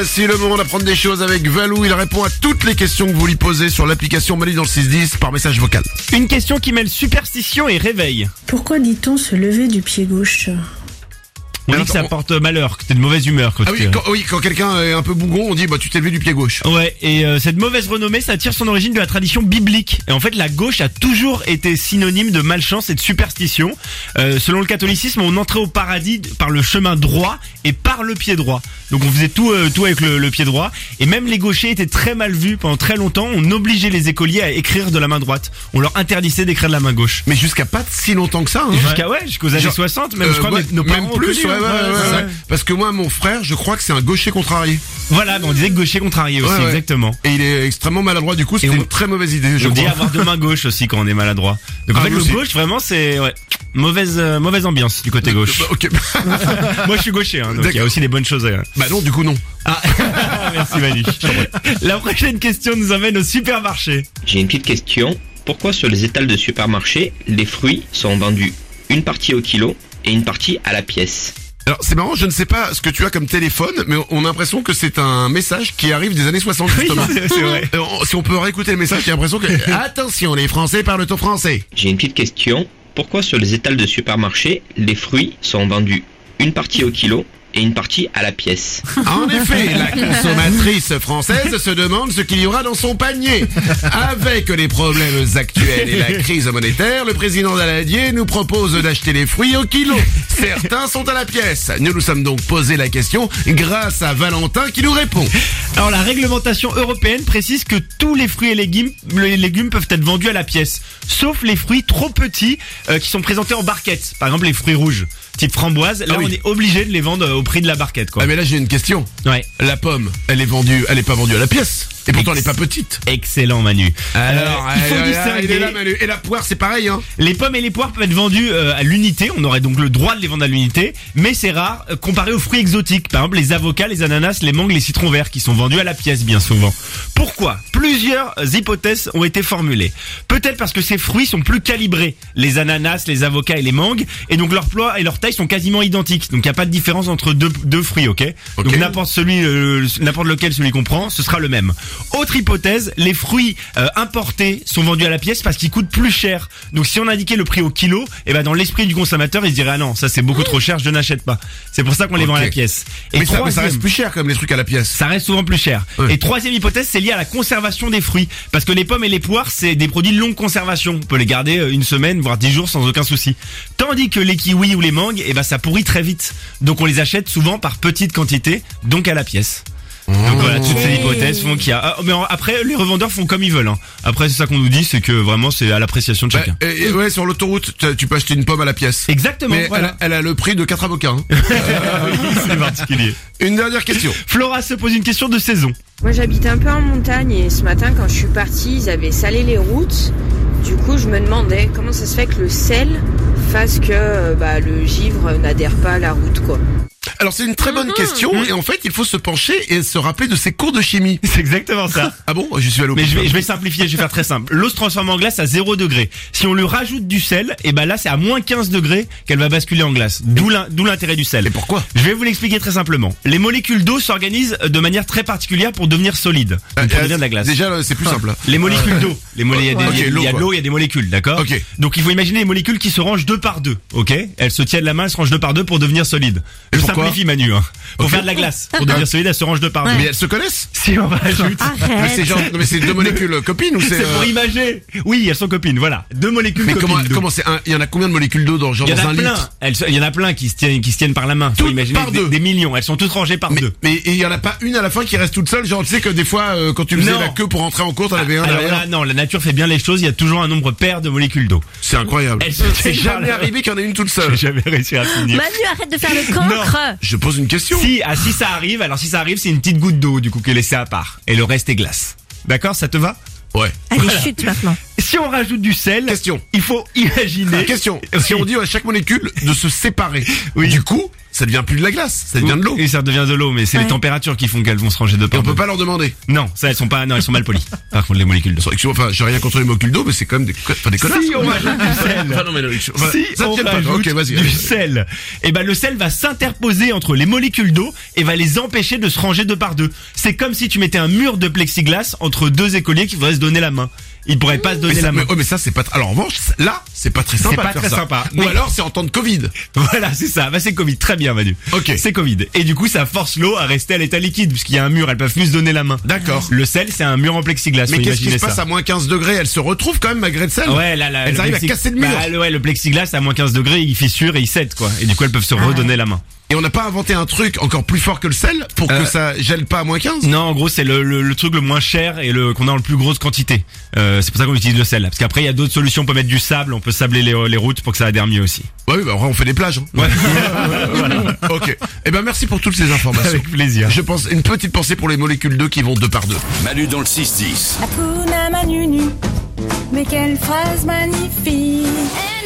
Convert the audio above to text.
Voici le moment d'apprendre des choses avec Valou. Il répond à toutes les questions que vous lui posez sur l'application Manu dans le 610 par message vocal. Une question qui mêle superstition et réveil. Pourquoi dit-on se lever du pied gauche ? On dit que ça porte malheur, que t'es de mauvaise humeur. Quand quelqu'un est un peu bougon, on dit tu t'es levé du pied gauche. Ouais, et cette mauvaise renommée, ça tire son origine de la tradition biblique. Et en fait, la gauche a toujours été synonyme de malchance et de superstition. Selon le catholicisme, on entrait au paradis par le chemin droit et par le pied droit. Donc on faisait tout avec le pied droit. Et même les gauchers étaient très mal vus pendant très longtemps. On obligeait les écoliers à écrire de la main droite. On leur interdisait d'écrire de la main gauche. Mais jusqu'à pas si longtemps que ça. Hein. Jusqu'aux années 60, même je crois nos parents même plus. Ouais. Parce que moi, mon frère, je crois que c'est un gaucher contrarié. Voilà, on disait que gaucher contrarié aussi, exactement. Et il est extrêmement maladroit, du coup, c'était une très mauvaise idée, je crois. On dit avoir deux mains gauches aussi quand on est maladroit. Donc en fait, le gauche, vraiment, c'est mauvaise ambiance du côté gauche. Ok. Moi, je suis gaucher, donc il y a aussi des bonnes choses. Bah non, du coup, non. Ah, merci Manu. La prochaine question nous amène au supermarché. J'ai une petite question. Pourquoi sur les étals de supermarché, les fruits sont vendus une partie au kilo et une partie à la pièce ? Alors c'est marrant, je ne sais pas ce que tu as comme téléphone, mais on a l'impression que c'est un message qui arrive des années 60 justement. Oui, c'est vrai. Si on peut réécouter le message, j'ai l'impression que... Attention, les Français parlent au français. J'ai une petite question. Pourquoi sur les étals de supermarché, les fruits sont vendus une partie au kilo et une partie à la pièce? En effet, la consommatrice française se demande ce qu'il y aura dans son panier. Avec les problèmes actuels et la crise monétaire, le président Daladier nous propose d'acheter les fruits au kilo. Certains sont à la pièce. Nous nous sommes donc posé la question grâce à Valentin qui nous répond. Alors la réglementation européenne précise que tous les fruits et légumes peuvent être vendus à la pièce, sauf les fruits trop petits qui sont présentés en barquette. Par exemple les fruits rouges, type framboise, là on est obligé de les vendre au prix de la barquette, quoi. Ah mais là j'ai une question. Ouais. La pomme, elle est pas vendue à la pièce. Et pourtant elle est pas petite. Excellent Manu. Alors, il faut distinguer. il est là, Manu. Et la poire c'est pareil hein. Les pommes et les poires peuvent être vendues à l'unité, on aurait donc le droit de les vendre à l'unité, mais c'est rare comparé aux fruits exotiques. Par exemple les avocats, les ananas, les mangues, les citrons verts qui sont vendus à la pièce bien souvent. Pourquoi ? Plusieurs hypothèses ont été formulées. Peut-être parce que ces fruits sont plus calibrés. Les ananas, les avocats et les mangues, et donc leur poids et leur taille sont quasiment identiques. Donc il n'y a pas de différence entre deux fruits, ok ? Donc n'importe lequel celui qu'on prend, ce sera le même. Autre hypothèse, les fruits importés sont vendus à la pièce parce qu'ils coûtent plus cher. Donc si on indiquait le prix au kilo, et ben dans l'esprit du consommateur, il se dirait ah non, ça c'est beaucoup trop cher, je n'achète pas. C'est pour ça qu'on les vend à la pièce. Et mais ça reste plus cher comme les trucs à la pièce. Ça reste souvent plus cher. Et troisième hypothèse, c'est lié à la conservation des fruits, parce que les pommes et les poires, c'est des produits de longue conservation. On peut les garder une semaine, voire 10 jours sans aucun souci. Tandis que les kiwis ou les mangues, et ben ça pourrit très vite. Donc on les achète souvent par petite quantité, donc à la pièce. Donc voilà, toutes ces hypothèses font qu'il y a... mais après, les revendeurs font comme ils veulent. Après, c'est ça qu'on nous dit, c'est que vraiment, c'est à l'appréciation de chacun. Ouais, sur l'autoroute, tu peux acheter une pomme à la pièce. Exactement, mais voilà. Elle a le prix de 4 avocats. Hein. C'est particulier. Une dernière question. Flora se pose une question de saison. Moi, j'habite un peu en montagne et ce matin, quand je suis partie, ils avaient salé les routes. Du coup, je me demandais comment ça se fait que le sel fasse que le givre n'adhère pas à la route, quoi. Alors c'est une très bonne question et en fait il faut se pencher et se rappeler de ses cours de chimie. C'est exactement ça. Ah bon ? Je suis à Mais je vais simplifier, je vais faire très simple. L'eau se transforme en glace à 0 degré. Si on lui rajoute du sel, et ben là c'est à moins 15 degrés qu'elle va basculer en glace. D'où l'intérêt du sel. Et pourquoi ? Je vais vous l'expliquer très simplement. Les molécules d'eau s'organisent de manière très particulière pour devenir solides. Pour devenir de la glace. Déjà c'est plus simple. Les molécules d'eau. Il y a de l'eau, il y a des molécules, d'accord ? Okay. Donc il faut imaginer les molécules qui se rangent 2 par 2, ok ? Elles se tiennent la main, elles se rangent 2 par 2 pour devenir solides. Je simplifie Manu, hein. Pour faire de la glace, pour devenir solide, elles se rangent 2 par 2. Mais elles se connaissent ? Si on rajoute. Arrête. Mais c'est 2 molécules copines ou c'est... C'est pour imager. Oui, elles sont copines, voilà. 2 molécules mais copines. Comment c'est il y en a combien de molécules d'eau dans un litre ? Il y en a plein qui se tiennent par la main. Faut imaginer des millions. Elles sont toutes rangées par 2. Mais il y en a pas une à la fin qui reste toute seule, genre tu sais que des fois quand tu faisais la queue pour rentrer en cours, t'en avais un derrière. Là, non, la nature fait bien les choses, il y a toujours un nombre pair de molécules d'eau. C'est incroyable. C'est jamais arrivé qu'il y en ait une toute seule. J'ai jamais réussi à finir. Manu, arrête de faire le cancre. Je pose une question. Si ça arrive, c'est une petite goutte d'eau du coup qui est laissée à part. Et le reste est glace. D'accord, ça te va ? Ouais. Allez, chute maintenant. Si on rajoute du sel, question. Il faut imaginer. Question. Si on dit à chaque molécule de se séparer, oui. Du coup, ça devient plus de la glace, ça devient de l'eau. Et ça devient de l'eau, mais c'est les températures qui font qu'elles vont se ranger de Et par on peut deux. pas leur demander. Non, ça elles sont mal polies. Par contre les molécules d'eau. Enfin, j'ai rien contre les molécules d'eau, mais c'est quand même des connards. Si on rajoute du sel. Enfin, non, mais enfin, Si ça on tient pas. rajoute Ok, vas-y. du sel, et ben le sel va s'interposer entre les molécules d'eau et va les empêcher de se ranger deux par deux. C'est comme si tu mettais un mur de plexiglas entre deux écoliers qui voudraient se donner la main. Ils pourraient pas se donner la main. Mais ça c'est pas. Alors en revanche, là, c'est pas très sympa. C'est pas de faire très ça. sympa. Ou Mais- alors c'est en temps de Covid. Voilà, c'est ça. Bah c'est Covid, très bien Manu. Ok. C'est Covid. Et du coup ça force l'eau à rester à l'état liquide puisqu'il y a un mur, elles peuvent plus se donner la main. D'accord. Le sel c'est un mur en plexiglas. Mais faut qu'est-ce qui imaginer se passe ça. à moins 15 degrés? Elles se retrouvent quand même malgré le sel. Ouais, là, Elles le arrivent à plexi- casser le mur. Bah, le plexiglas à moins 15 degrés, il fissure et il cède quoi. Et du coup elles peuvent se redonner la main. Et on n'a pas inventé un truc encore plus fort que le sel pour que ça gèle pas à moins 15? Non, en gros, c'est le truc le moins cher et qu'on a en le plus grosse quantité. C'est pour ça qu'on utilise le sel. Parce qu'après, il y a d'autres solutions. On peut mettre du sable, on peut sabler les routes pour que ça adhère mieux aussi. Ouais, oui, bah on fait des plages. Hein. Ouais. Ok. Eh ben merci pour toutes ces informations. Avec plaisir. Je pense une petite pensée pour les molécules d'eau qui vont deux par deux. Manu dans le 6-10. Hakuna Manu, mais quelle phrase magnifique.